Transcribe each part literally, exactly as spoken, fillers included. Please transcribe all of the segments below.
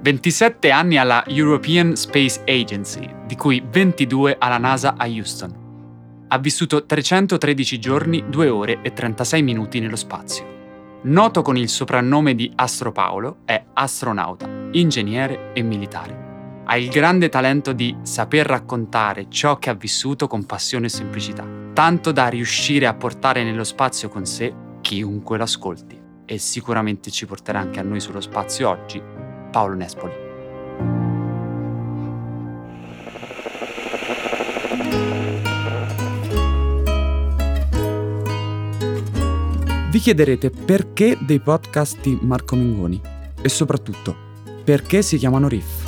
ventisette anni alla European Space Agency, di cui ventidue alla NASA a Houston. Ha vissuto trecentotredici giorni, due ore e trentasei minuti nello spazio. Noto con il soprannome di Astro Paolo, è astronauta, ingegnere e militare. Ha il grande talento di saper raccontare ciò che ha vissuto con passione e semplicità, tanto da riuscire a portare nello spazio con sé chiunque l'ascolti. E sicuramente ci porterà anche a noi sullo spazio oggi, Paolo Nespoli. Vi chiederete perché dei podcast di Marco Mengoni e soprattutto perché si chiamano Riff.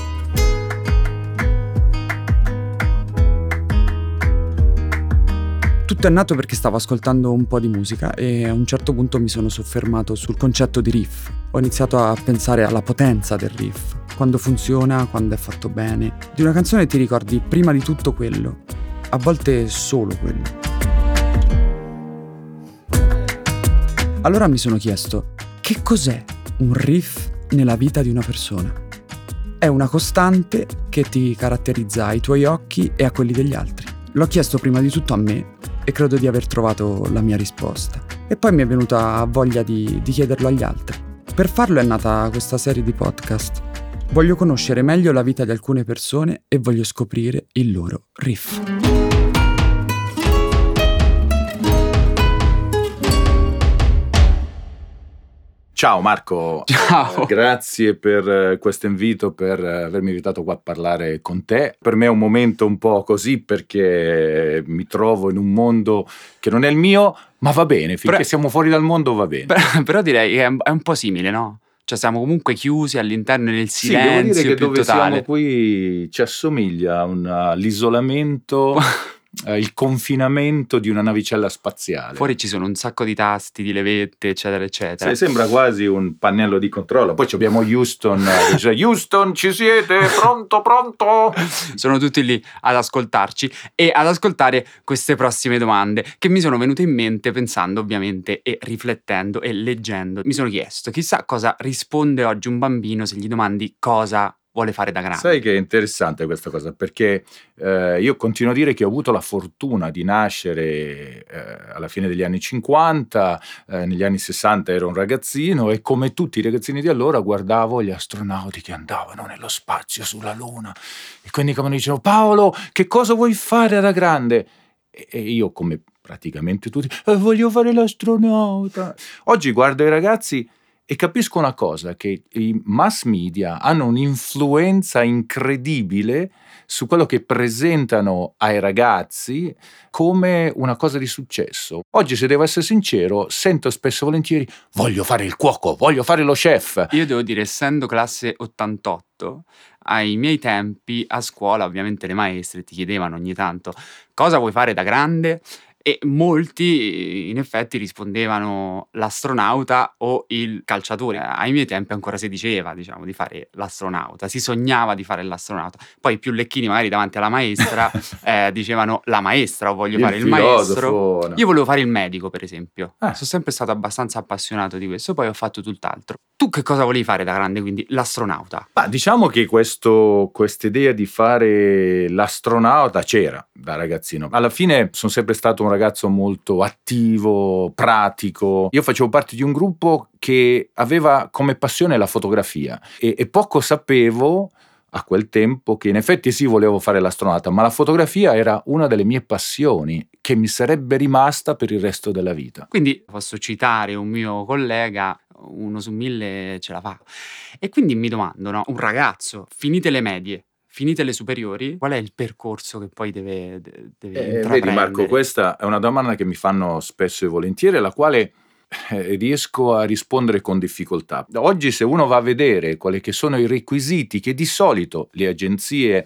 Tutto è nato perché stavo ascoltando un po' di musica e a un certo punto mi sono soffermato sul concetto di riff. Ho iniziato a pensare alla potenza del riff, quando funziona, quando è fatto bene. Di una canzone ti ricordi prima di tutto quello, a volte solo quello. Allora mi sono chiesto, che cos'è un riff nella vita di una persona? È una costante che ti caratterizza ai tuoi occhi e a quelli degli altri. L'ho chiesto prima di tutto a me e credo di aver trovato la mia risposta. E poi mi è venuta voglia di, di chiederlo agli altri. Per farlo è nata questa serie di podcast. Voglio conoscere meglio la vita di alcune persone e voglio scoprire il loro riff. Ciao Marco, Ciao. Eh, grazie per questo invito, per avermi invitato qua a parlare con te. Per me è un momento un po' così perché mi trovo in un mondo che non è il mio, ma va bene, finché Però, siamo fuori dal mondo va bene. Però, però direi che è un, è un po' simile, no? Cioè siamo comunque chiusi all'interno nel silenzio. Sì, devo dire che più dove totale. siamo qui ci assomiglia a un, all'isolamento... il confinamento di una navicella spaziale. Fuori ci sono un sacco di tasti, di levette, eccetera, eccetera. Sì, sembra quasi un pannello di controllo. Poi abbiamo Houston, dice, Houston, ci siete? Pronto, pronto? Sono tutti lì ad ascoltarci e ad ascoltare queste prossime domande che mi sono venute in mente pensando ovviamente e riflettendo e leggendo. Mi sono chiesto, chissà cosa risponde oggi un bambino se gli domandi cosa vuole fare da grande. Sai che è interessante questa cosa perché eh, io continuo a dire che ho avuto la fortuna di nascere eh, alla fine degli anni cinquanta, eh, negli anni sessanta ero un ragazzino e come tutti i ragazzini di allora guardavo gli astronauti che andavano nello spazio sulla Luna e quindi come mi dicevo Paolo che cosa vuoi fare da grande? E, e io come praticamente tutti eh, voglio fare l'astronauta. Oggi guardo i ragazzi e capisco una cosa, che i mass media hanno un'influenza incredibile su quello che presentano ai ragazzi come una cosa di successo. Oggi, se devo essere sincero, sento spesso e volentieri voglio fare il cuoco, voglio fare lo chef. Io devo dire, essendo classe ottantotto, ai miei tempi a scuola ovviamente le maestre ti chiedevano ogni tanto cosa vuoi fare da grande? E molti in effetti rispondevano l'astronauta o il calciatore. Ai miei tempi ancora si diceva, diciamo, di fare l'astronauta, si sognava di fare l'astronauta. Poi i più lecchini magari davanti alla maestra eh, dicevano la maestra o voglio Il fare il filosofo, maestro. no. Io volevo fare il medico, per esempio. Eh. Sono sempre stato abbastanza appassionato di questo, poi ho fatto tutt'altro. Tu che cosa volevi fare da grande, quindi? L'astronauta? Ma diciamo che questo quest'idea di fare l'astronauta c'era da ragazzino. Alla fine sono sempre stato un ragazzo molto attivo, pratico. Io facevo parte di un gruppo che aveva come passione la fotografia e, e poco sapevo a quel tempo che in effetti sì volevo fare l'astronauta, ma la fotografia era una delle mie passioni che mi sarebbe rimasta per il resto della vita. Quindi posso citare un mio collega, uno su mille ce la fa. E quindi mi domando, no? Un ragazzo, finite le medie, finite le superiori, qual è il percorso che poi deve, deve Eh, intraprendere? vedi Marco, questa è una domanda che mi fanno spesso e volentieri, alla quale eh, riesco a rispondere con difficoltà. Oggi se uno va a vedere quali che sono i requisiti che di solito le agenzie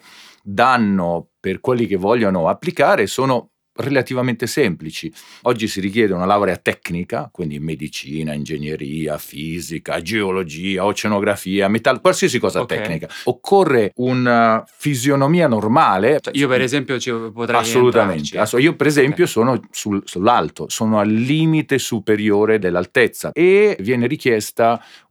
danno per quelli che vogliono applicare, sono relativamente semplici. Oggi si richiede una laurea tecnica, quindi medicina, ingegneria, fisica, geologia, oceanografia, metallo, qualsiasi cosa Ok. tecnica. Occorre una fisionomia normale. Cioè, io per esempio ci potrei Assolutamente. entrarci. Ass- io per esempio Ok. sono sul- sull'alto, sono al limite superiore dell'altezza e viene richiesta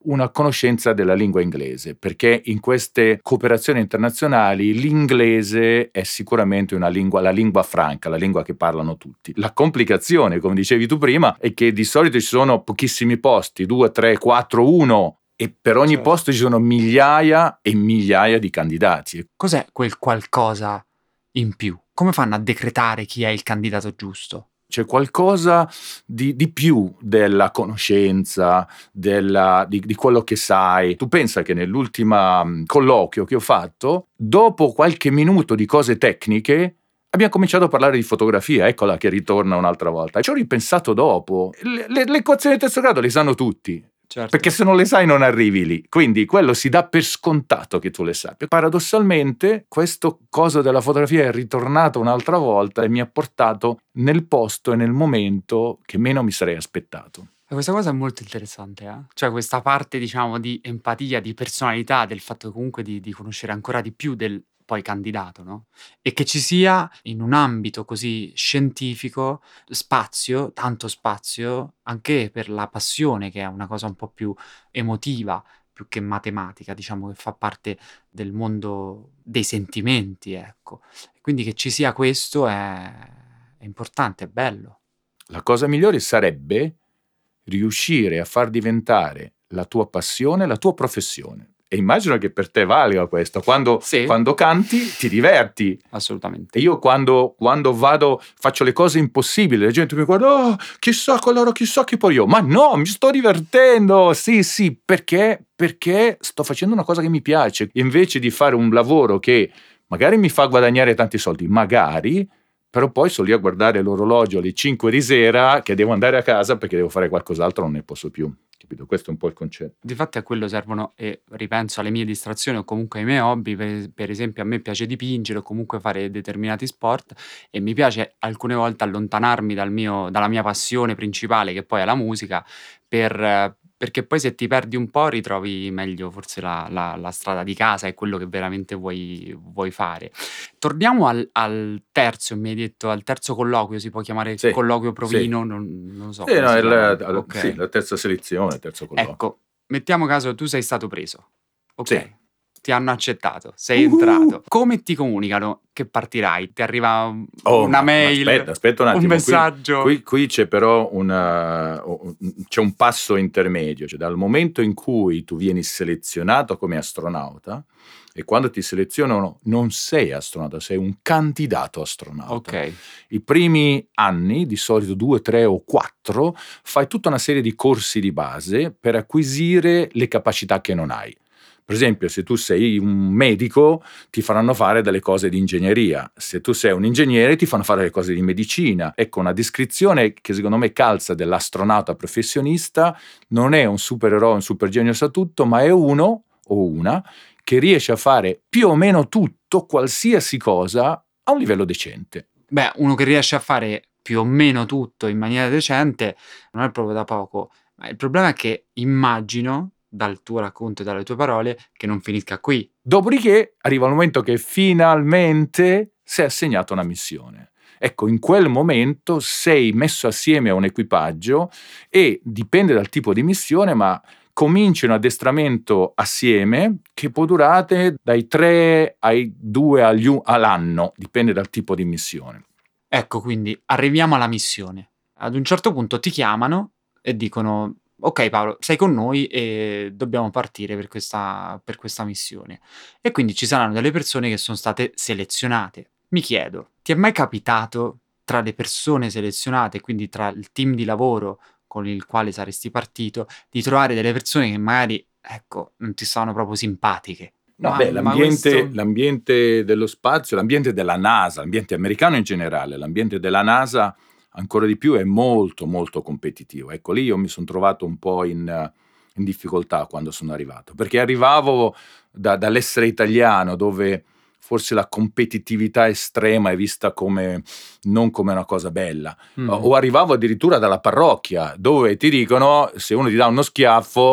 una conoscenza della lingua inglese, perché in queste cooperazioni internazionali l'inglese è sicuramente una lingua, la lingua franca, la lingua che parlano tutti. La complicazione, come dicevi tu prima, è che di solito ci sono pochissimi posti, due, tre, quattro, uno, e per ogni certo. posto ci sono migliaia e migliaia di candidati. Cos'è quel qualcosa in più? Come fanno a decretare chi è il candidato giusto? C'è qualcosa di, di più della conoscenza, della, di, di quello che sai. Tu pensa che nell'ultimo colloquio che ho fatto, dopo qualche minuto di cose tecniche, abbiamo cominciato a parlare di fotografia, eccola che ritorna un'altra volta. Ci ho ripensato dopo. Le, le, le equazioni di terzo grado le sanno tutti. Certo. Perché se non le sai non arrivi lì, quindi quello si dà per scontato che tu le sappia. Paradossalmente questo coso della fotografia è ritornato un'altra volta e mi ha portato nel posto e nel momento che meno mi sarei aspettato. E questa cosa è molto interessante, eh? Cioè questa parte, diciamo, di empatia, di personalità, del fatto comunque di, di conoscere ancora di più del poi candidato, no? E che ci sia in un ambito così scientifico spazio, tanto spazio, anche per la passione, che è una cosa un po' più emotiva, più che matematica, diciamo che fa parte del mondo dei sentimenti, ecco. Quindi che ci sia questo è, è importante, è bello. La cosa migliore sarebbe riuscire a far diventare la tua passione la tua professione. E immagino che per te valga questo. Quando, Sì. quando canti ti diverti. Assolutamente. E io quando, quando vado, faccio le cose impossibili, la gente mi guarda, oh, chissà quell'ora, chissà che poi io. Ma no, mi sto divertendo. Sì, sì, perché? Perché sto facendo una cosa che mi piace. Invece di fare un lavoro che magari mi fa guadagnare tanti soldi, magari, però poi sono lì a guardare l'orologio alle cinque di sera che devo andare a casa perché devo fare qualcos'altro, non ne posso più. Capito? Questo è un po' il concetto. Difatti a quello servono, e ripenso alle mie distrazioni o comunque ai miei hobby, per, per esempio a me piace dipingere o comunque fare determinati sport e mi piace alcune volte allontanarmi dal mio, dalla mia passione principale, che poi è la musica, per, eh, perché poi se ti perdi un po' ritrovi meglio forse la, la- la strada di casa e quello che veramente vuoi, vuoi fare. Torniamo al, al terzo, mi hai detto, al terzo colloquio, si può chiamare Sì, colloquio sì. provino, non, non lo so Sì, come no, si è la, chiama. la- Ok. sì, la terza selezione, il terzo colloquio. Ecco, mettiamo caso tu sei stato preso, ok? Sì. Ti hanno accettato, sei Uhu. entrato. Come ti comunicano che partirai? Ti arriva un- Oh, una ma- ma mail, aspetta, aspetta un un attimo. Qui- messaggio? Qui, qui c'è però una, un- c'è un passo intermedio, cioè dal momento in cui tu vieni selezionato come astronauta e quando ti selezionano non sei astronauta, sei un candidato astronauta. Ok, I primi anni, di solito due, tre o quattro, fai tutta una serie di corsi di base per acquisire le capacità che non hai. Per esempio, se tu sei un medico, ti faranno fare delle cose di ingegneria. Se tu sei un ingegnere, ti fanno fare le cose di medicina. Ecco, una descrizione che secondo me calza dell'astronauta professionista non è un supereroe, un super genio sa tutto, ma è uno o una che riesce a fare più o meno tutto, qualsiasi cosa, a un livello decente. beh, uno che riesce a fare più o meno tutto in maniera decente non è proprio da poco, ma il problema è che immagino, dal tuo racconto e dalle tue parole, che non finisca qui. Dopodiché arriva il momento che finalmente sei assegnato una missione. Ecco, in quel momento sei messo assieme a un equipaggio e dipende dal tipo di missione, ma cominci un addestramento assieme che può durare dai tre ai due agli u- all'anno, dipende dal tipo di missione. Ecco, quindi arriviamo alla missione. Ad un certo punto ti chiamano e dicono: ok Paolo, sei con noi e dobbiamo partire per questa, per questa missione. E quindi ci saranno delle persone che sono state selezionate. Mi chiedo, ti è mai capitato tra le persone selezionate, quindi tra il team di lavoro con il quale saresti partito, di trovare delle persone che magari, ecco, non ti stavano proprio simpatiche? No, Ma- beh, ma l'ambiente, questo- l'ambiente dello spazio, l'ambiente della NASA, l'ambiente americano in generale, l'ambiente della NASA ancora di più è molto molto competitivo. Ecco, lì io mi sono trovato un po' in, eh, in difficoltà quando sono arrivato, perché arrivavo da- dall'essere italiano, dove forse la competitività estrema è vista come non come una cosa bella. Mm. O o arrivavo addirittura dalla parrocchia, dove ti dicono se uno ti dà uno schiaffo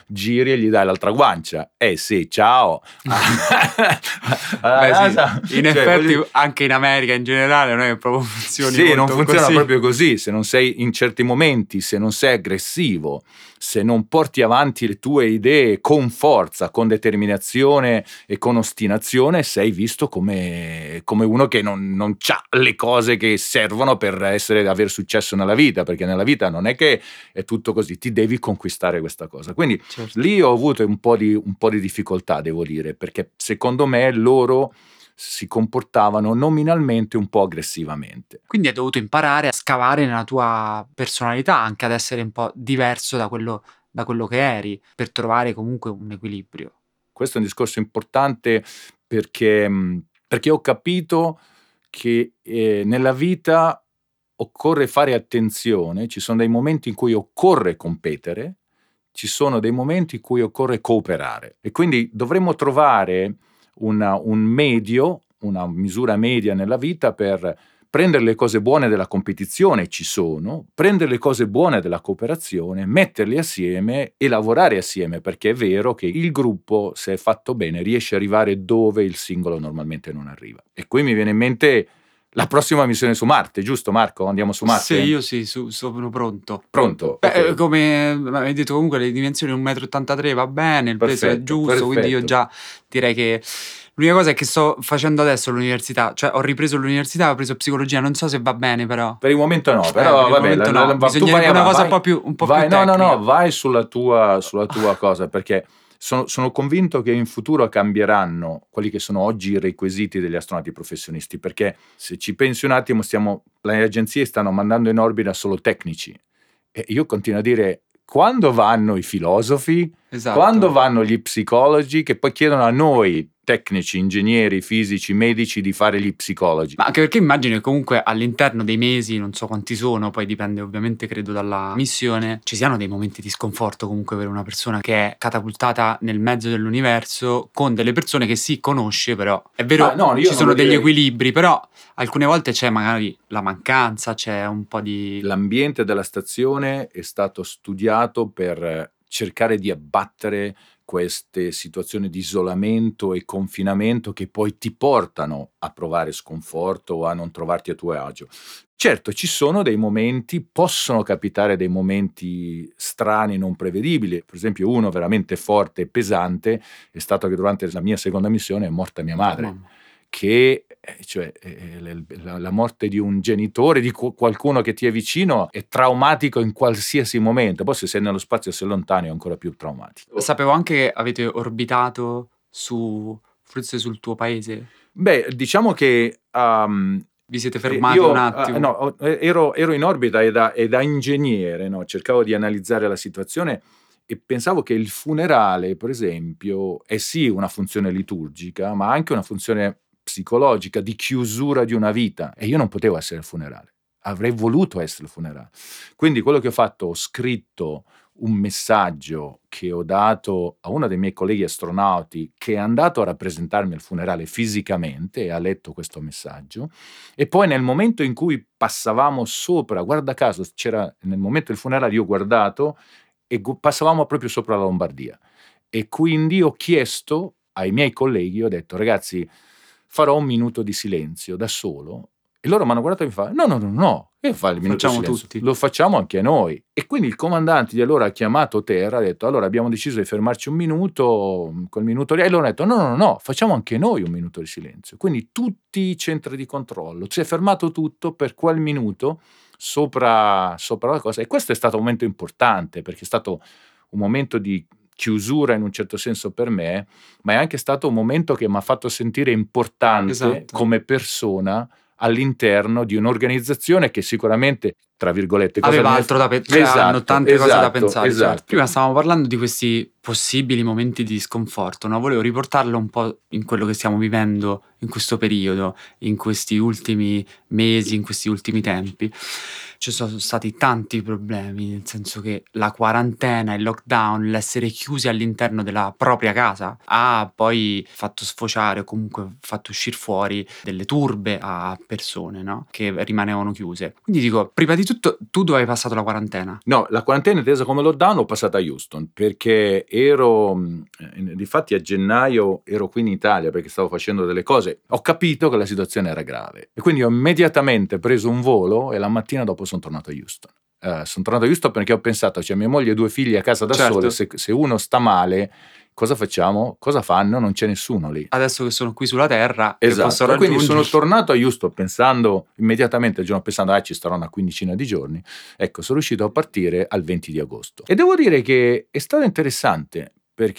giri e gli dai l'altra guancia. Eh sì, ciao. Beh, sì. In cioè, effetti voglio... anche in America in generale non è che proprio funzioni sì, non molto funziona così. proprio così. Se non sei in certi momenti, se non sei aggressivo, se non porti avanti le tue idee con forza, con determinazione e con ostinazione, sei visto come, come uno che non, non c'ha le cose che servono per essere, aver successo nella vita, perché nella vita non è che è tutto così, ti devi conquistare questa cosa. Quindi certo. Lì ho avuto un po' di, un po' di difficoltà, devo dire, perché secondo me loro si comportavano nominalmente un po' aggressivamente. Quindi hai dovuto imparare a scavare nella tua personalità, anche ad essere un po' diverso da quello, da quello che eri, per trovare comunque un equilibrio. Questo è un discorso importante perché, perché ho capito che eh, nella vita occorre fare attenzione, ci sono dei momenti in cui occorre competere, ci sono dei momenti in cui occorre cooperare e quindi dovremmo trovare una, un medio, una misura media nella vita per prendere le cose buone della competizione, ci sono, prendere le cose buone della cooperazione, metterle assieme e lavorare assieme, perché è vero che il gruppo, se è fatto bene, riesce ad arrivare dove il singolo normalmente non arriva. E qui mi viene in mente la prossima missione su Marte, giusto Marco? Andiamo su Marte? Sì, io sì, su, sono pronto. Pronto? Beh, okay. Come hai detto comunque le dimensioni uno virgola ottantatré va bene, il perfetto, peso è giusto, perfetto. Quindi io già direi che l'unica cosa è che sto facendo adesso l'università, cioè ho ripreso l'università, ho preso psicologia, non so se va bene però. Per il momento no, però eh, vabbè, momento la, no. La, bisognerebbe una cosa vai, un po' più, un po' vai, più no, tecnica. No, no, vai sulla tua, sulla tua cosa, perché sono, sono convinto che in futuro cambieranno quelli che sono oggi i requisiti degli astronauti professionisti, perché se ci pensi un attimo, stiamo, le agenzie stanno mandando in orbita solo tecnici e io continuo a dire, quando vanno i filosofi, esatto. Quando vanno gli psicologi che poi chiedono a noi tecnici, ingegneri, fisici, medici di fare gli psicologi. Ma anche perché immagino che comunque all'interno dei mesi, non so quanti sono, poi dipende ovviamente credo dalla missione, ci siano dei momenti di sconforto comunque per una persona che è catapultata nel mezzo dell'universo con delle persone che si conosce, però è vero, ah, no, ci sono degli direi... equilibri, però alcune volte c'è magari la mancanza, c'è un po' di... L'ambiente della stazione è stato studiato per cercare di abbattere queste situazioni di isolamento e confinamento che poi ti portano a provare sconforto o a non trovarti a tuo agio. Certo, ci sono dei momenti, possono capitare dei momenti strani, non prevedibili. Per esempio, uno veramente forte e pesante è stato che durante la mia seconda missione è morta mia madre. Oh. Che cioè la morte di un genitore, di qualcuno che ti è vicino, è traumatico in qualsiasi momento. Poi se sei nello spazio e sei lontano è ancora più traumatico. Sapevo anche che avete orbitato su forse sul tuo paese. Beh, diciamo che um, vi siete fermati io, un attimo? Uh, no, ero, ero in orbita e da, e da ingegnere, no, cercavo di analizzare la situazione e pensavo che il funerale, per esempio, è sì una funzione liturgica, ma anche una funzione psicologica di chiusura di una vita, e io non potevo essere il funerale, avrei voluto essere il funerale. Quindi quello che ho fatto, ho scritto un messaggio che ho dato a uno dei miei colleghi astronauti che è andato a rappresentarmi al funerale fisicamente e ha letto questo messaggio, e poi nel momento in cui passavamo sopra, guarda caso c'era nel momento del funerale, io ho guardato e passavamo proprio sopra la Lombardia, e quindi ho chiesto ai miei colleghi, ho detto ragazzi farò un minuto di silenzio da solo, e loro mi hanno guardato e mi fanno no no no no, che fa il minuto di silenzio? Tutti. Lo facciamo anche noi. E quindi il comandante di allora ha chiamato terra, ha detto allora abbiamo deciso di fermarci un minuto, quel minuto lì, e loro hanno detto no no no no, facciamo anche noi un minuto di silenzio. Quindi tutti i centri di controllo, si è fermato tutto per quel minuto sopra, sopra la cosa, e questo è stato un momento importante perché è stato un momento di chiusura in un certo senso per me, ma è anche stato un momento che mi ha fatto sentire importante, esatto, come persona all'interno di un'organizzazione che sicuramente, tra virgolette, cosa aveva altro da pensare, esatto, hanno tante esatto, cose da pensare. Esatto. Cioè, prima stavamo parlando di questi possibili momenti di sconforto, no? Volevo riportarlo un po' in quello che stiamo vivendo in questo periodo, in questi ultimi mesi, in questi ultimi tempi. ci sono stati tanti problemi, nel senso che la quarantena, il lockdown, l'essere chiusi all'interno della propria casa ha poi fatto sfociare o comunque fatto uscire fuori delle turbe a persone, no? Che rimanevano chiuse. Quindi dico, prima di tutto, tu dove hai passato la quarantena? No, la quarantena intesa come lockdown l'ho passata a Houston, perché ero, eh, difatti a gennaio ero qui in Italia perché stavo facendo delle cose, ho capito che la situazione era grave e quindi ho immediatamente preso un volo e la mattina dopo sono tornato a Houston. Uh, sono tornato a Houston perché ho pensato, cioè mia moglie e due figli a casa da Certo. sole, se, se uno sta male, cosa facciamo? Cosa fanno? Non c'è nessuno lì. Adesso che sono qui sulla terra, che Esatto, posso e quindi raggiungere. sono tornato a Houston pensando, immediatamente il giorno pensando, ah ci starò una quindicina di giorni, ecco, sono riuscito a partire al venti di agosto. E devo dire che è stato interessante,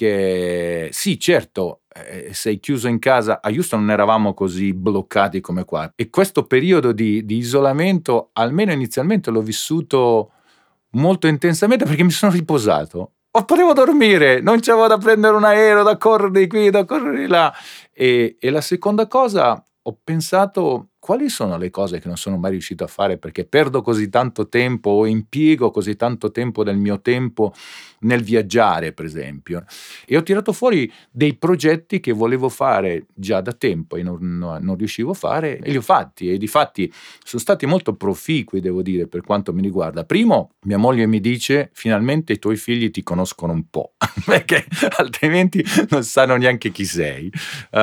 perché sì, certo, eh, sei chiuso in casa, a Houston non eravamo così bloccati come qua, e questo periodo di, di isolamento, almeno inizialmente l'ho vissuto molto intensamente perché mi sono riposato. O potevo dormire, non c'avevo da prendere un aereo, da correre di qui, da correre di là. E, e la seconda cosa, ho pensato quali sono le cose che non sono mai riuscito a fare perché perdo così tanto tempo o impiego così tanto tempo del mio tempo nel viaggiare, per esempio. E ho tirato fuori dei progetti che volevo fare già da tempo e non, non riuscivo a fare e li ho fatti, e difatti sono stati molto proficui, devo dire, per quanto mi riguarda. Primo, mia moglie mi dice finalmente i tuoi figli ti conoscono un po' perché altrimenti non sanno neanche chi sei.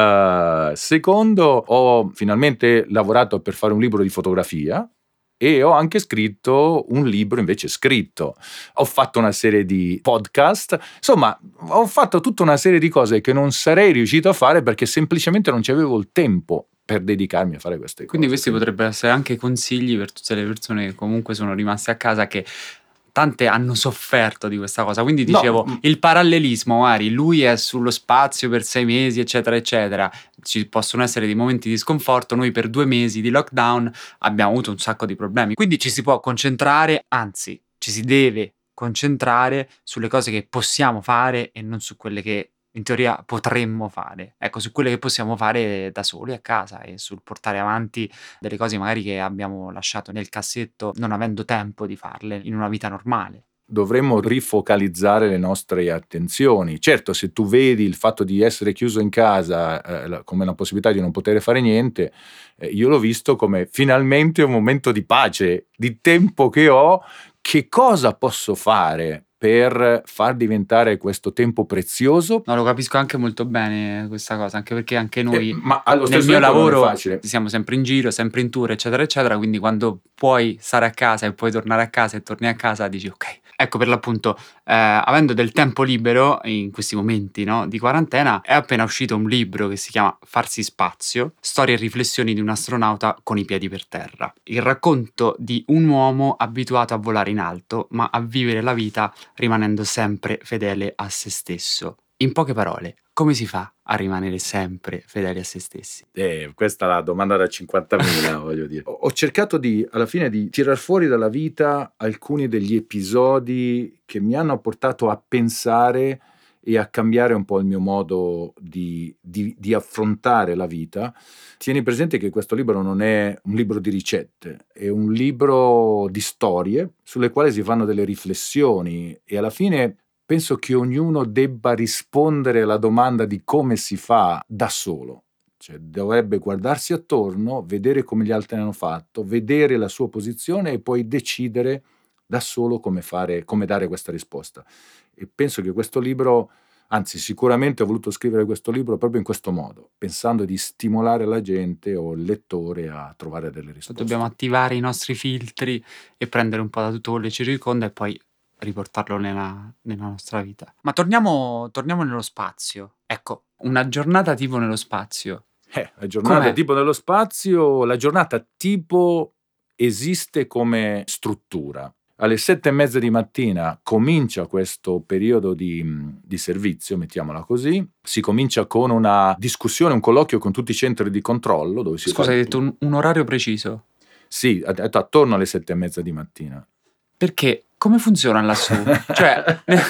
Uh, secondo, ho finalmente lavorato per fare un libro di fotografia e ho anche scritto un libro invece scritto. Ho fatto una serie di podcast, insomma ho fatto tutta una serie di cose che non sarei riuscito a fare perché semplicemente non c'avevo il tempo per dedicarmi a fare queste Quindi cose. questi potrebbero essere anche consigli per tutte le persone che comunque sono rimaste a casa, che tante hanno sofferto di questa cosa. Quindi dicevo, no, il parallelismo, magari lui è sullo spazio per sei mesi eccetera eccetera, ci possono essere dei momenti di sconforto, noi per due mesi di lockdown abbiamo avuto un sacco di problemi, quindi ci si può concentrare, anzi ci si deve concentrare sulle cose che possiamo fare e non su quelle che in teoria potremmo fare, ecco, su quelle che possiamo fare da soli a casa e sul portare avanti delle cose magari che abbiamo lasciato nel cassetto non avendo tempo di farle in una vita normale. Dovremmo rifocalizzare le nostre attenzioni. Certo, se tu vedi il fatto di essere chiuso in casa eh, come una possibilità di non poter fare niente, eh, io l'ho visto come finalmente un momento di pace, di tempo che ho, che cosa posso fare per far diventare questo tempo prezioso. No, lo capisco anche molto bene questa cosa, anche perché anche noi eh, ma allo nel stesso mio tempo non è lavoro facile. siamo sempre in giro, sempre in tour eccetera eccetera, quindi quando puoi stare a casa e puoi tornare a casa e torni a casa dici ok. Ecco, per l'appunto, eh, avendo del tempo libero in questi momenti, no, di quarantena, è appena uscito un libro che si chiama Farsi spazio, storie e riflessioni di un astronauta con i piedi per terra. Il racconto di un uomo abituato a volare in alto, ma a vivere la vita rimanendo sempre fedele a se stesso. In poche parole, come si fa a rimanere sempre fedeli a se stessi? Eh, questa è la domanda da cinquantamila, voglio dire. Ho cercato di, alla fine, di tirar fuori dalla vita alcuni degli episodi che mi hanno portato a pensare e a cambiare un po' il mio modo di, di, di affrontare la vita. Tieni presente che questo libro non è un libro di ricette, è un libro di storie sulle quali si fanno delle riflessioni e alla fine penso che ognuno debba rispondere alla domanda di come si fa da solo. Cioè, dovrebbe guardarsi attorno, vedere come gli altri hanno fatto, vedere la sua posizione e poi decidere da solo come fare, come dare questa risposta. E penso che questo libro, anzi sicuramente ho voluto scrivere questo libro proprio in questo modo, pensando di stimolare la gente o il lettore a trovare delle risposte. Dobbiamo attivare i nostri filtri e prendere un po' da tutto quello che ci circonda e poi riportarlo nella, nella nostra vita. Ma torniamo, torniamo nello spazio. Ecco, una giornata tipo nello spazio. Eh, la giornata Com'è? tipo nello spazio, la giornata tipo esiste come struttura. Alle sette e mezza di mattina comincia questo periodo di, di servizio, mettiamola così. Si comincia con una discussione, un colloquio con tutti i centri di controllo. Dove si Scusa, fa... hai detto un, un orario preciso? Sì, ha detto attorno alle sette e mezza di mattina. Perché come funziona lassù? Cioè,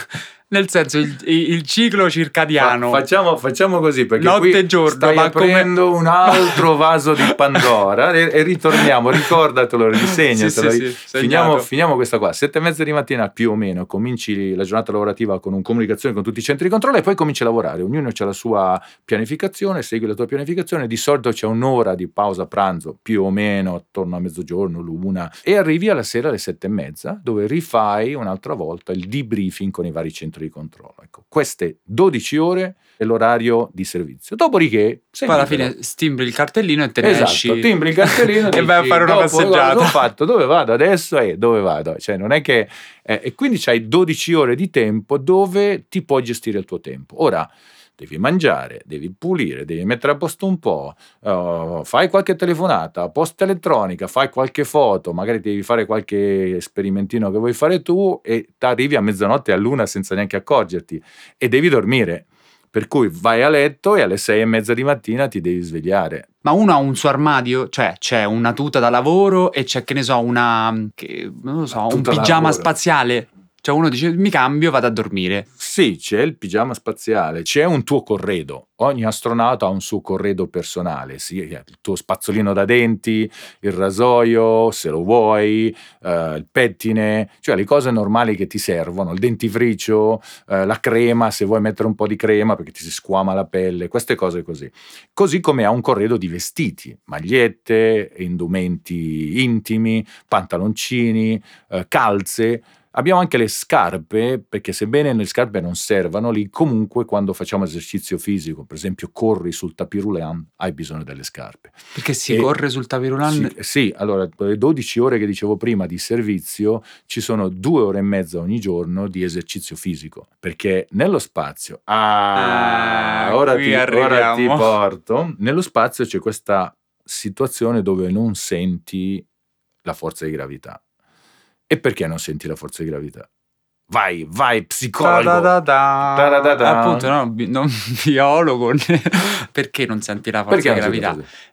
Nel senso, il, il ciclo circadiano. Fa, facciamo, facciamo così, perché notte qui e giorno, stai ma aprendo come... un altro vaso di Pandora e, e ritorniamo, ricordatelo, risegnatelo. Sì, sì, sì, finiamo, finiamo questa qua, sette e mezza di mattina più o meno, cominci la giornata lavorativa con una comunicazione con tutti i centri di controllo e poi cominci a lavorare. Ognuno ha la sua pianificazione, segui la tua pianificazione, di solito c'è un'ora di pausa pranzo, più o meno attorno a mezzogiorno, l'una, e arrivi alla sera alle sette e mezza, dove rifai un'altra volta il debriefing con i vari centri di controllo. Ecco, queste dodici ore è l'orario di servizio. Dopodiché sei poi alla libero. fine timbri il cartellino e te ne Esatto, esci. timbri il cartellino e vai a fare una passeggiata. Ho fatto, dove vado adesso e dove vado? Cioè non è che eh, e quindi c'hai dodici ore di tempo dove ti puoi gestire il tuo tempo. Ora devi mangiare, devi pulire, devi mettere a posto un po', uh, fai qualche telefonata, posta elettronica, fai qualche foto, magari devi fare qualche sperimentino che vuoi fare tu e ti arrivi a mezzanotte e all'una senza neanche accorgerti e devi dormire. Per cui vai a letto e alle sei e mezza di mattina ti devi svegliare. Ma uno ha un suo armadio? Cioè c'è una tuta da lavoro e c'è, che ne so, una... Che, non lo so, un pigiama spaziale? Cioè uno dice mi cambio, vado a dormire. Sì, c'è il pigiama spaziale, c'è un tuo corredo. Ogni astronauta ha un suo corredo personale, sì, il tuo spazzolino da denti, il rasoio, se lo vuoi, eh, il pettine, cioè le cose normali che ti servono, il dentifricio, eh, la crema, se vuoi mettere un po' di crema perché ti si squama la pelle, queste cose così. Così come ha un corredo di vestiti, magliette, indumenti intimi, pantaloncini, eh, calze. Abbiamo anche le scarpe, perché sebbene le scarpe non servano, lì comunque quando facciamo esercizio fisico, per esempio corri sul tapis roulant, hai bisogno delle scarpe. Perché si e corre sul tapis roulant? Sì, sì, allora le dodici ore che dicevo prima di servizio, ci sono due ore e mezza ogni giorno di esercizio fisico, perché nello spazio, ah, ah ora, qui ti, ora ti arriviamo. porto, nello spazio c'è questa situazione dove non senti la forza di gravità. E perché non senti la forza di gravità? Vai, vai, psicologo! Ta-da-da-da. Ta-da-da-da. Appunto, no, bi- non biologo. Perché non senti la forza Perché di non senti la gravità? forza?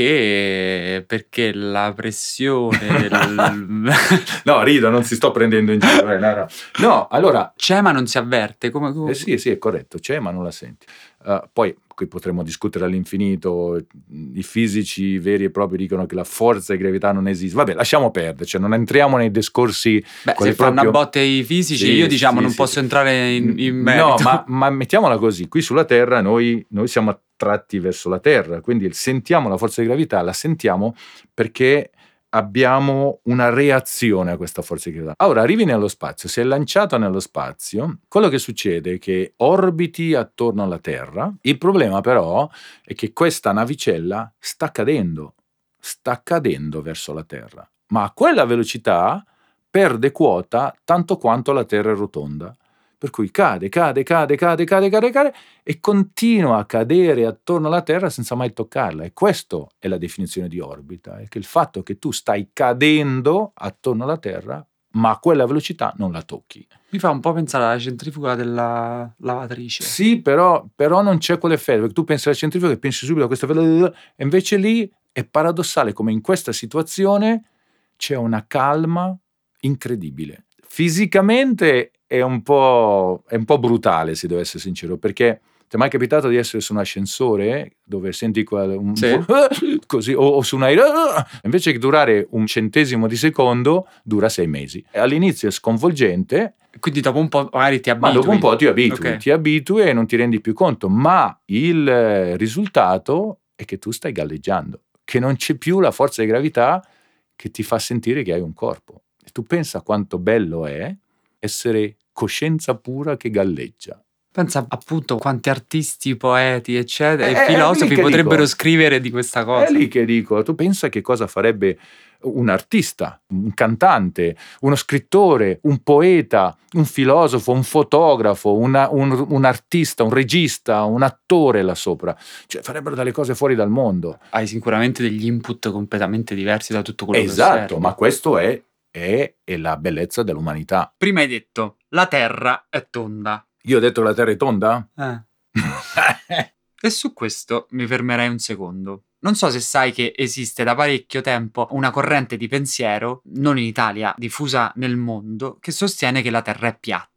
Perché perché la pressione del... No, rido, non si sto prendendo in giro. Eh, no, no. no, allora... C'è ma non si avverte. Come, come... Eh sì, sì, è corretto, c'è ma non la senti. Uh, poi qui potremmo discutere all'infinito, i fisici veri e propri dicono che la forza di gravità non esiste. Vabbè, lasciamo perdere, cioè non entriamo nei discorsi... Beh, se fanno proprio... a botte i fisici, sì, io diciamo sì, non sì, posso sì. entrare in, in merito. No, ma, ma mettiamola così, qui sulla Terra noi, noi siamo attratti verso la Terra, quindi sentiamo la forza di gravità, la sentiamo perché abbiamo una reazione a questa forza di gravità. Ora arrivi nello spazio, sei lanciato nello spazio, quello che succede è che orbiti attorno alla Terra, il problema però è che questa navicella sta cadendo, sta cadendo verso la Terra, ma a quella velocità perde quota tanto quanto la Terra è rotonda. Per cui cade, cade, cade, cade, cade, cade, cade e continua a cadere attorno alla Terra senza mai toccarla. E questa è la definizione di orbita, è che il fatto che tu stai cadendo attorno alla Terra, ma a quella velocità non la tocchi. Mi fa un po' pensare alla centrifuga della lavatrice. Sì, però, però non c'è quell'effetto, perché tu pensi alla centrifuga e pensi subito a questa velocità, e invece lì è paradossale come in questa situazione c'è una calma incredibile. Fisicamente è un po', è un po' brutale, se devo essere sincero, perché ti è mai capitato di essere su un ascensore dove senti quel, un sì. così, o, o su un aereo, invece che durare un centesimo di secondo, dura sei mesi. All'inizio è sconvolgente. Quindi dopo un po' magari ti abitui. Ma dopo un po' ti abitui, okay. ti abitui e non ti rendi più conto, ma il risultato è che tu stai galleggiando, che non c'è più la forza di gravità che ti fa sentire che hai un corpo. E tu pensa quanto bello è essere coscienza pura che galleggia. Pensa appunto quanti artisti, poeti, eccetera, è, e filosofi potrebbero dico, scrivere di questa cosa. È lì che dico, tu pensa che cosa farebbe un artista, un cantante, uno scrittore, un poeta, un filosofo, un fotografo, una, un, un artista, un regista, un attore là sopra. Cioè farebbero delle cose fuori dal mondo. Hai sicuramente degli input completamente diversi da tutto quello esatto, che osservi. Ma questo è, è, è la bellezza dell'umanità. Prima hai detto, la Terra è tonda. Io ho detto che la Terra è tonda? Eh. E su questo mi fermerei un secondo. Non so se sai che esiste da parecchio tempo una corrente di pensiero, non in Italia, diffusa nel mondo, che sostiene che la Terra è piatta.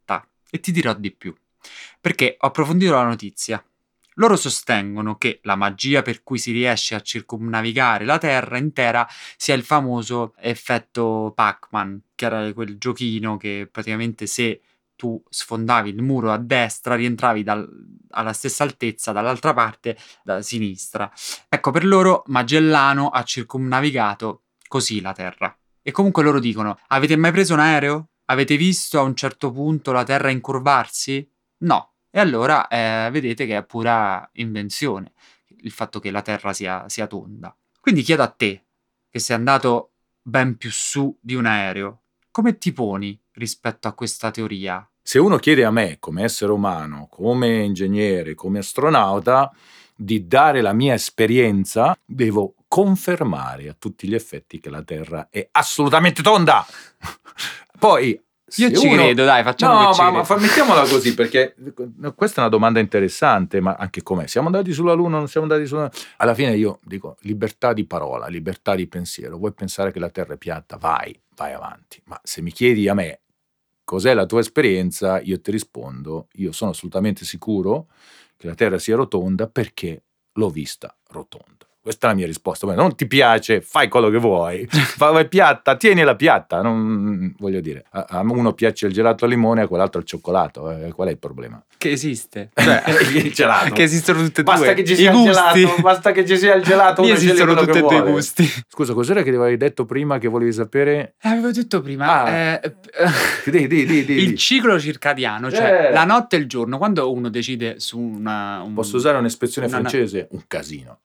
E ti dirò di più, perché ho approfondito la notizia. Loro sostengono che la magia per cui si riesce a circumnavigare la Terra intera sia il famoso effetto Pac-Man, che era quel giochino che praticamente se tu sfondavi il muro a destra rientravi dal- alla stessa altezza dall'altra parte da sinistra. Ecco, per loro Magellano ha circumnavigato così la Terra. E comunque loro dicono: avete mai preso un aereo? Avete visto a un certo punto la Terra incurvarsi? No. E allora eh, vedete che è pura invenzione il fatto che la Terra sia, sia tonda. Quindi chiedo a te, che sei andato ben più su di un aereo, come ti poni rispetto a questa teoria? Se uno chiede a me, come essere umano, come ingegnere, come astronauta, di dare la mia esperienza, devo confermare a tutti gli effetti che la Terra è assolutamente tonda. Poi, Io se ci uno... credo, dai, facciamo No, che ci ma, credo. ma fa- mettiamola così, perché questa è una domanda interessante, ma anche com'è? Siamo andati sulla Luna, non siamo andati sulla... Alla fine io dico, libertà di parola, libertà di pensiero. Vuoi pensare che la Terra è piatta? Vai, vai avanti. Ma se mi chiedi a me cos'è la tua esperienza, io ti rispondo, io sono assolutamente sicuro che la Terra sia rotonda perché l'ho vista rotonda. Questa è la mia risposta. Non ti piace, fai quello che vuoi. È piatta, tienila piatta. Non, voglio dire, a, a uno piace il gelato al limone, a quell'altro il cioccolato. Eh, qual è il problema? Che esiste. Cioè, il gelato. Che esistono tutte e basta due. Che ci I sia il gusti. gelato, basta che ci sia il gelato. Lì Uno sceglie esistono quello tutti che e due i vuole. gusti. Scusa, cos'era che avevi detto prima che volevi sapere? Eh, avevo detto prima, Ah. eh, Di, di, di, di, il di. ciclo circadiano, cioè Eh. la notte e il giorno, quando uno decide su una... Un, Posso usare un'espressione una- francese? Un casino.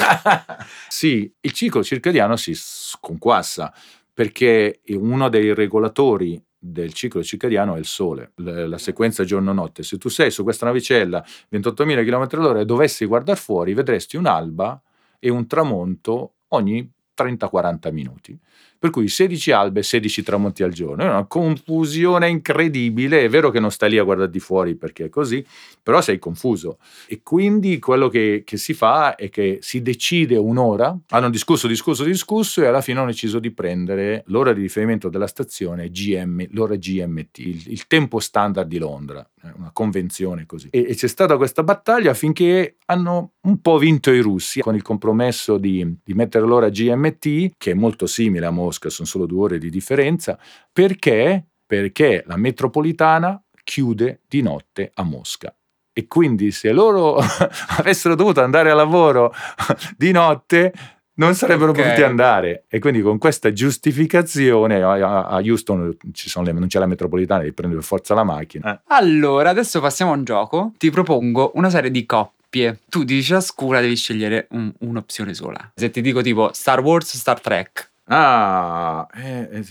Sì, il ciclo circadiano si sconquassa perché uno dei regolatori del ciclo circadiano è il sole, l- la sequenza giorno-notte. Se tu sei su questa navicella ventottomila chilometri all'ora e dovessi guardare fuori, vedresti un'alba e un tramonto ogni trenta quaranta minuti. Per cui sedici albe e sedici tramonti al giorno. È una confusione incredibile. È vero che non stai lì a guardare di fuori perché è così, però sei confuso. E quindi quello che, che si fa è che si decide un'ora, hanno discusso, discusso, discusso e alla fine hanno deciso di prendere l'ora di riferimento della stazione G M, l'ora G M T, il, il tempo standard di Londra, una convenzione così. E, e c'è stata questa battaglia finché hanno un po' vinto i russi con il compromesso di, di mettere l'ora G M T, che è molto simile a Mosca, sono solo due ore di differenza, perché, perché la metropolitana chiude di notte a Mosca. E quindi se loro avessero dovuto andare a lavoro di notte non sarebbero Okay. potuti andare. E quindi con questa giustificazione a, a Houston ci sono le, non c'è la metropolitana, devi prendere per forza la macchina. Eh. Allora, adesso passiamo a un gioco. Ti propongo una serie di coppie. Tu di ciascuna devi scegliere un- un'opzione sola. Se ti dico tipo Star Wars, Star Trek, Ah, eh, eh,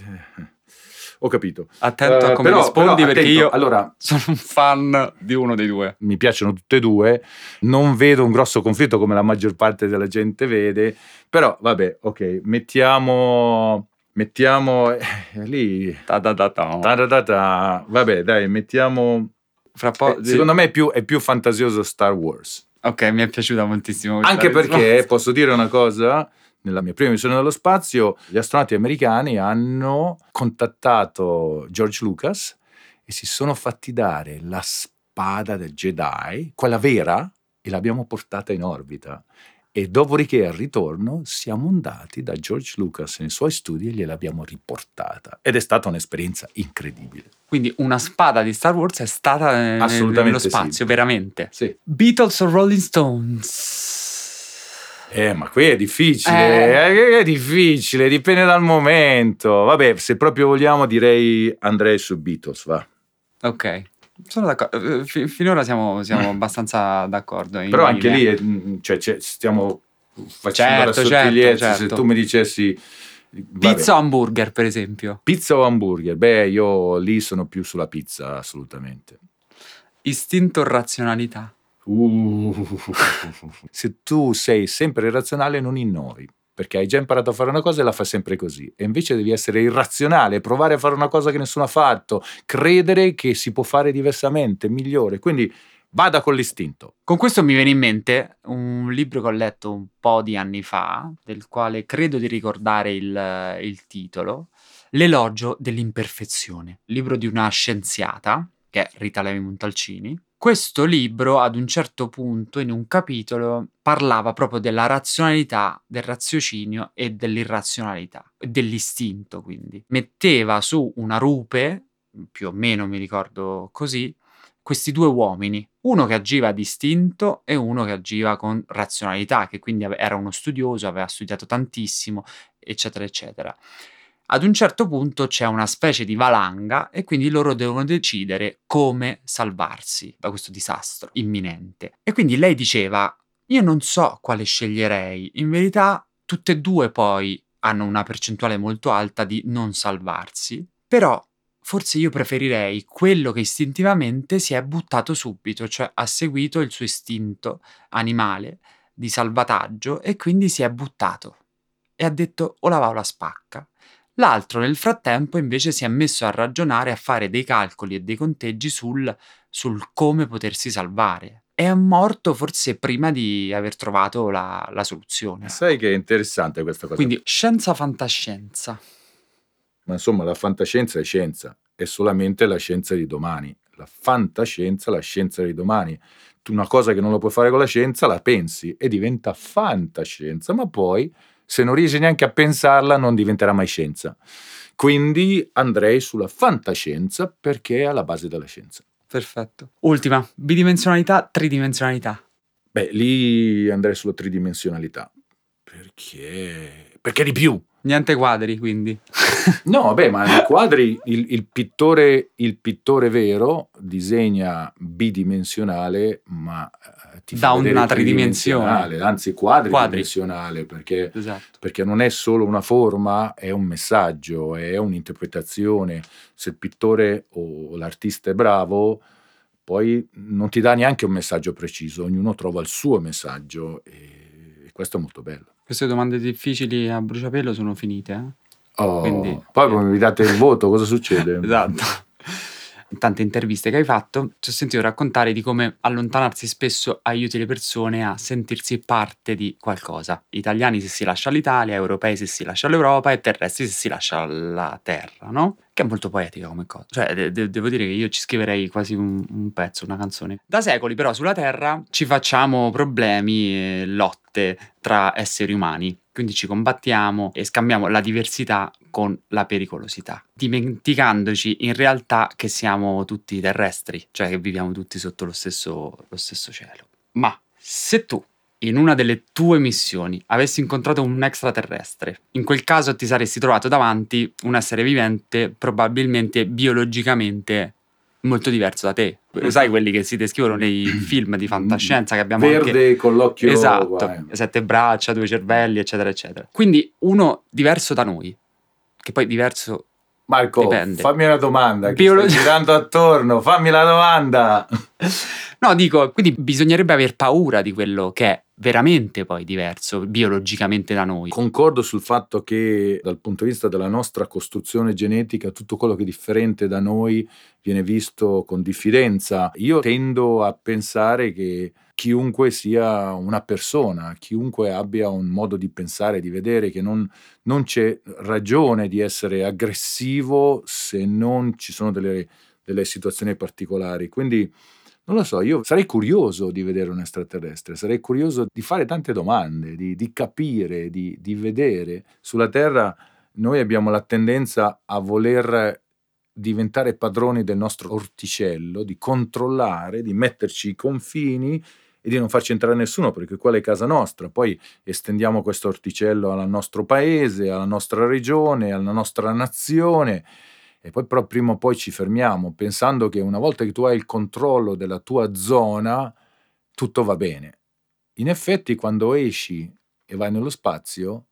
ho capito. attento Eh, a come però- rispondi però perché attento, io allora, sono un fan di uno dei due. mi piacciono tutte e due, non vedo un grosso conflitto come la maggior parte della gente vede, però vabbè, ok, mettiamo, mettiamo, eh, lì, Ta ta ta ta. ta ta ta ta. Vabbè dai, mettiamo, Fra po- eh, secondo me è più, è più fantasioso Star Wars, Ok, mi è piaciuta moltissimo questa anche perché, risposta. posso dire una cosa, nella mia prima missione nello spazio, gli astronauti americani hanno contattato George Lucas e si sono fatti dare la spada del Jedi, quella vera, e l'abbiamo portata in orbita. E dopodiché al ritorno siamo andati da George Lucas nei suoi studi e gliel'abbiamo riportata. Ed è stata un'esperienza incredibile. Quindi una spada di Star Wars è stata nel- Assolutamente nello sì. spazio, veramente. Sì. Beatles o Rolling Stones? Eh, ma qui è difficile, Eh. eh, è difficile, dipende dal momento. Vabbè, se proprio vogliamo direi andrei su Beatles, va. Ok, sono d'accordo. Eh, fi- finora siamo, siamo abbastanza d'accordo. in Però anche linea. lì è- mm, cioè, c'è- stiamo facendo la Certo, certo, sottigliezza. Se certo. tu mi dicessi vabbè, Pizza o hamburger, per esempio? pizza o hamburger, beh, io lì sono più sulla pizza, assolutamente. Istinto o razionalità? Uh. Se tu sei sempre irrazionale non innovi, perché hai già imparato a fare una cosa e la fai sempre così, e invece devi essere irrazionale, provare a fare una cosa che nessuno ha fatto, credere che si può fare diversamente, migliore, quindi vada con l'istinto. Con questo mi viene in mente un libro che ho letto un po' di anni fa, del quale credo di ricordare il, il titolo, L'elogio dell'imperfezione, libro di una scienziata che è Rita Levi Montalcini. Questo libro, ad un certo punto, in un capitolo, parlava proprio della razionalità, del raziocinio e dell'irrazionalità, dell'istinto, quindi. Metteva su una rupe, più o meno mi ricordo così, questi due uomini, uno che agiva d'istinto e uno che agiva con razionalità, che quindi era uno studioso, aveva studiato tantissimo, eccetera, eccetera. Ad un certo punto c'è una specie di valanga e quindi loro devono decidere come salvarsi da questo disastro imminente. E quindi lei diceva: io non so quale sceglierei, in verità tutte e due poi hanno una percentuale molto alta di non salvarsi, però forse io preferirei quello che istintivamente si è buttato subito, cioè ha seguito il suo istinto animale di salvataggio e quindi si è buttato e ha detto o la va o la spacca. L'altro nel frattempo invece si è messo a ragionare, a fare dei calcoli e dei conteggi sul, sul come potersi salvare. È morto forse prima di aver trovato la, la soluzione. Sai che è interessante questa cosa. Quindi scienza fantascienza. Ma insomma la fantascienza è scienza, è solamente la scienza di domani. La fantascienza, la scienza di domani. Tu una cosa che non lo puoi fare con la scienza la pensi e diventa fantascienza, ma poi se non riesci neanche a pensarla non diventerà mai scienza. Quindi andrei sulla fantascienza perché è alla base della scienza. Perfetto. Ultima, bidimensionalità, tridimensionalità. Beh, lì andrei sulla tridimensionalità. Perché? Perché di più. Niente quadri, quindi. No, beh, ma nei quadri il, il, pittore, il pittore vero disegna bidimensionale, ma eh, ti da fa una vedere tridimensionale, anzi quadridimensionale, perché, esatto. perché non è solo una forma, è un messaggio, è un'interpretazione. Se il pittore o l'artista è bravo, poi non ti dà neanche un messaggio preciso, ognuno trova il suo messaggio e, e questo è molto bello. Queste domande difficili a bruciapelo sono finite, eh? Oh, Quindi, poi come mi date il voto, cosa succede? Esatto. In tante interviste che hai fatto ti ho sentito raccontare di come allontanarsi spesso aiuti le persone a sentirsi parte di qualcosa. Italiani se si lascia l'Italia, europei se si lascia l'Europa e terrestri se si lascia la terra, no? Che è molto poetica come cosa. Cioè, de- de- devo dire che io ci scriverei quasi un, un pezzo, una canzone. Da secoli però sulla terra ci facciamo problemi e lotte tra esseri umani. Quindi ci combattiamo e scambiamo la diversità con la pericolosità, dimenticandoci in realtà che siamo tutti terrestri, cioè che viviamo tutti sotto lo stesso, lo stesso cielo. Ma se tu in una delle tue missioni avessi incontrato un extraterrestre, in quel caso ti saresti trovato davanti un essere vivente probabilmente biologicamente molto diverso da te. Sai quelli che si descrivono nei film di fantascienza che abbiamo verde anche... con l'occhio esatto, guai. sette braccia, due cervelli, eccetera eccetera. Quindi uno diverso da noi, che poi diverso Marco, dipende. fammi una domanda, che Biolo- stai girando attorno, fammi la domanda. No, dico, quindi bisognerebbe aver paura di quello che è veramente poi diverso biologicamente da noi. Concordo sul fatto che dal punto di vista della nostra costruzione genetica tutto quello che è differente da noi viene visto con diffidenza. Io tendo a pensare che chiunque sia una persona, chiunque abbia un modo di pensare, di vedere, che non, non c'è ragione di essere aggressivo se non ci sono delle, delle situazioni particolari. Quindi non lo so, io sarei curioso di vedere un extraterrestre, sarei curioso di fare tante domande, di, di capire, di, di vedere. Sulla Terra noi abbiamo la tendenza a voler diventare padroni del nostro orticello, di controllare, di metterci i confini e di non farci entrare nessuno, perché quella è casa nostra. Poi estendiamo questo orticello al nostro paese, alla nostra regione, alla nostra nazione. E poi però prima o poi ci fermiamo pensando che una volta che tu hai il controllo della tua zona tutto va bene. In effetti quando esci e vai nello spazio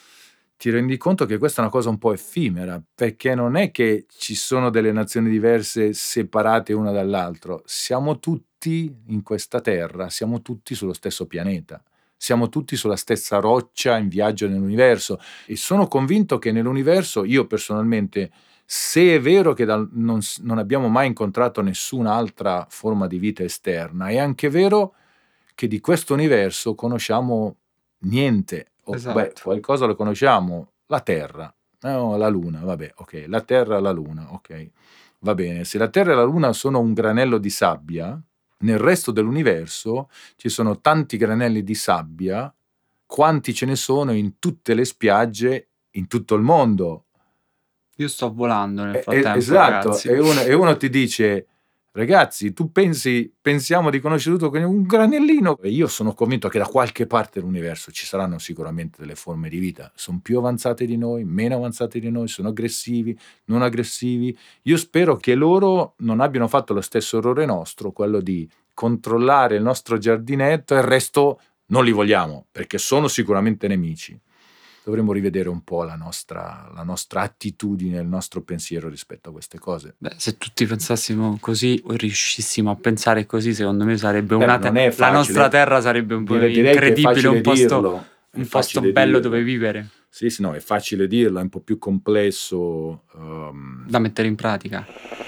ti rendi conto che questa è una cosa un po' effimera, perché non è che ci sono delle nazioni diverse separate una dall'altro, siamo tutti in questa terra, siamo tutti sullo stesso pianeta. Siamo tutti sulla stessa roccia in viaggio nell'universo e sono convinto che nell'universo, io personalmente, se è vero che dal, non, non abbiamo mai incontrato nessun'altra forma di vita esterna, è anche vero che di questo universo conosciamo niente. O, Esatto. beh, qualcosa lo conosciamo, la Terra, no, la Luna, vabbè, ok, la Terra, la Luna, ok. Va bene, se la Terra e la Luna sono un granello di sabbia, nel resto dell'universo ci sono tanti granelli di sabbia quanti ce ne sono in tutte le spiagge in tutto il mondo. Io sto volando nel Eh, frattempo, eh, esatto, ragazzi. e uno, e uno ti dice: ragazzi, tu pensi, pensiamo di conoscere tutto con un granellino? E io sono convinto che da qualche parte dell'universo ci saranno sicuramente delle forme di vita. Sono più avanzate di noi, meno avanzate di noi, sono aggressivi, non aggressivi. Io spero che loro non abbiano fatto lo stesso errore nostro, quello di controllare il nostro giardinetto e il resto non li vogliamo, perché sono sicuramente nemici. Dovremmo rivedere un po' la nostra, la nostra attitudine, il nostro pensiero rispetto a queste cose. Beh, se tutti pensassimo così, o riuscissimo a pensare così, secondo me sarebbe Beh, una non te- è la facile. nostra terra sarebbe un po' Direi- direi che è incredibile, facile un posto, dirlo, è un posto facile bello dirlo. dove vivere, Sì, sì, no, è facile dirlo, è un po' più complesso. um, da mettere in pratica.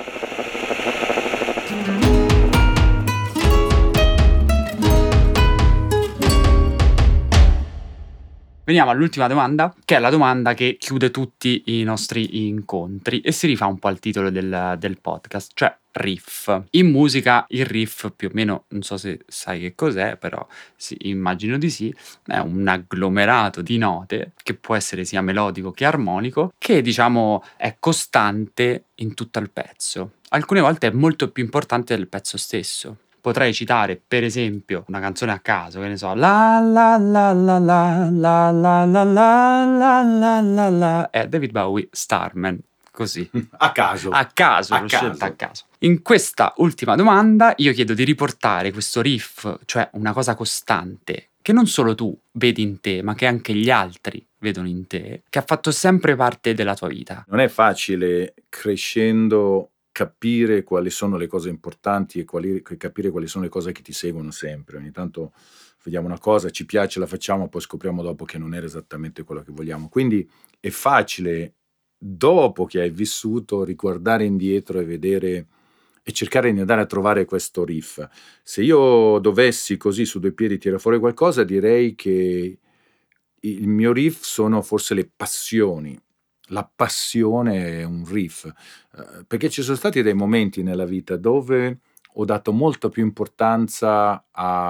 Veniamo all'ultima domanda, che è la domanda che chiude tutti i nostri incontri e si rifà un po' al titolo del, del podcast, cioè riff. In musica il riff, più o meno, non so se sai che cos'è, però sì, immagino di sì, è un agglomerato di note che può essere sia melodico che armonico, che diciamo è costante in tutto il pezzo. Alcune volte è molto più importante del pezzo stesso. Potrei citare, per esempio, una canzone a caso, che ne so, la la la la la la la la la la la la la, è David Bowie, Starman, così. a caso. A caso, A l'ho caso. scelta a caso. In questa ultima domanda io chiedo di riportare questo riff, cioè una cosa costante, che non solo tu vedi in te, ma che anche gli altri vedono in te, che ha fatto sempre parte della tua vita. Non è facile crescendo capire quali sono le cose importanti e quali, capire quali sono le cose che ti seguono sempre. Ogni tanto vediamo una cosa, ci piace, la facciamo, poi scopriamo dopo che non era esattamente quello che vogliamo. Quindi è facile, dopo che hai vissuto, riguardare indietro e vedere e cercare di andare a trovare questo riff. Se io dovessi così su due piedi tirare fuori qualcosa, direi che il mio riff sono forse le passioni. La passione è un riff, eh, perché ci sono stati dei momenti nella vita dove ho dato molto più importanza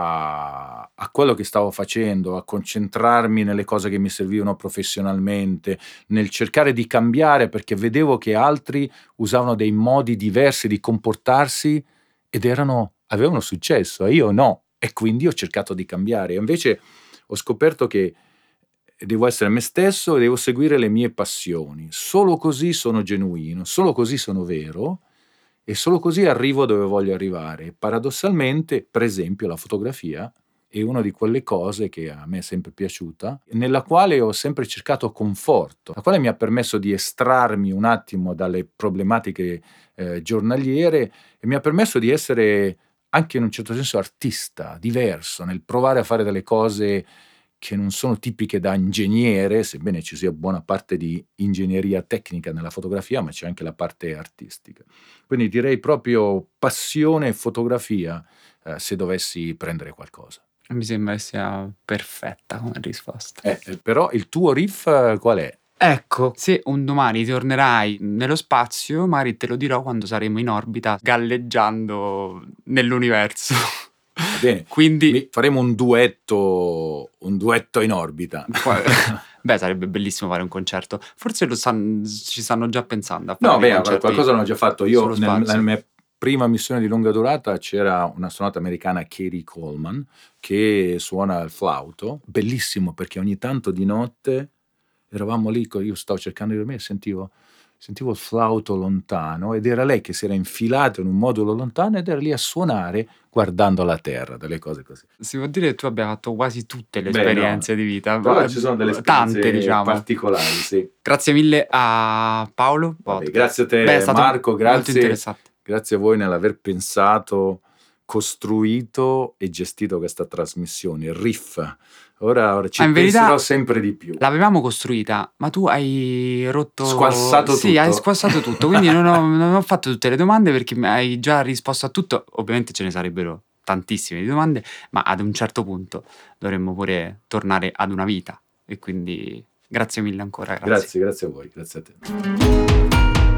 a, a quello che stavo facendo, a concentrarmi nelle cose che mi servivano professionalmente, nel cercare di cambiare perché vedevo che altri usavano dei modi diversi di comportarsi ed erano, avevano successo e io no, e quindi ho cercato di cambiare. E invece ho scoperto che devo essere me stesso e devo seguire le mie passioni. Solo così sono genuino, solo così sono vero e solo così arrivo dove voglio arrivare. Paradossalmente, per esempio, la fotografia è una di quelle cose che a me è sempre piaciuta, nella quale ho sempre cercato conforto, la quale mi ha permesso di estrarmi un attimo dalle problematiche eh, giornaliere e mi ha permesso di essere anche in un certo senso artista, diverso, nel provare a fare delle cose che non sono tipiche da ingegnere, sebbene ci sia buona parte di ingegneria tecnica nella fotografia, ma c'è anche la parte artistica. Quindi direi proprio passione e fotografia, eh, se dovessi prendere qualcosa. Mi sembra che sia perfetta come risposta. Eh, però il tuo riff eh, qual è? Ecco, se un domani tornerai nello spazio, magari te lo dirò quando saremo in orbita galleggiando nell'universo. Va bene, Quindi Mi- faremo un duetto, un duetto in orbita. beh, sarebbe bellissimo fare un concerto. Forse lo san- ci stanno già pensando a fare No, dei beh, concerti qualcosa l'ho già fatto. Io sullo nel- spazio. nella mia prima missione di lunga durata c'era un'astronauta americana, Katie Coleman, che suona il flauto. Bellissimo perché ogni tanto di notte eravamo lì, io stavo cercando di dormire e sentivo, sentivo il flauto lontano ed era lei che si era infilata in un modulo lontano ed era lì a suonare guardando la terra, delle cose così. Si può dire che tu abbia fatto quasi tutte le Beh, esperienze no. di vita. Però ci sono delle esperienze tante, diciamo. particolari, sì. Grazie mille a Paolo. Vabbè, grazie a te, Beh, è stato Marco, molto grazie, interessante. grazie a voi nell'aver pensato, costruito e gestito questa trasmissione. Riff. Ora, ora ci Ah, in verità penserò sempre di più. L'avevamo costruita, ma tu hai rotto... Squassato sì, tutto. hai squassato tutto, quindi non ho, non ho fatto tutte le domande perché mi hai già risposto a tutto. Ovviamente ce ne sarebbero tantissime di domande, ma ad un certo punto dovremmo pure tornare ad una vita. E quindi grazie mille ancora. Grazie, Grazie, grazie a voi, grazie a te.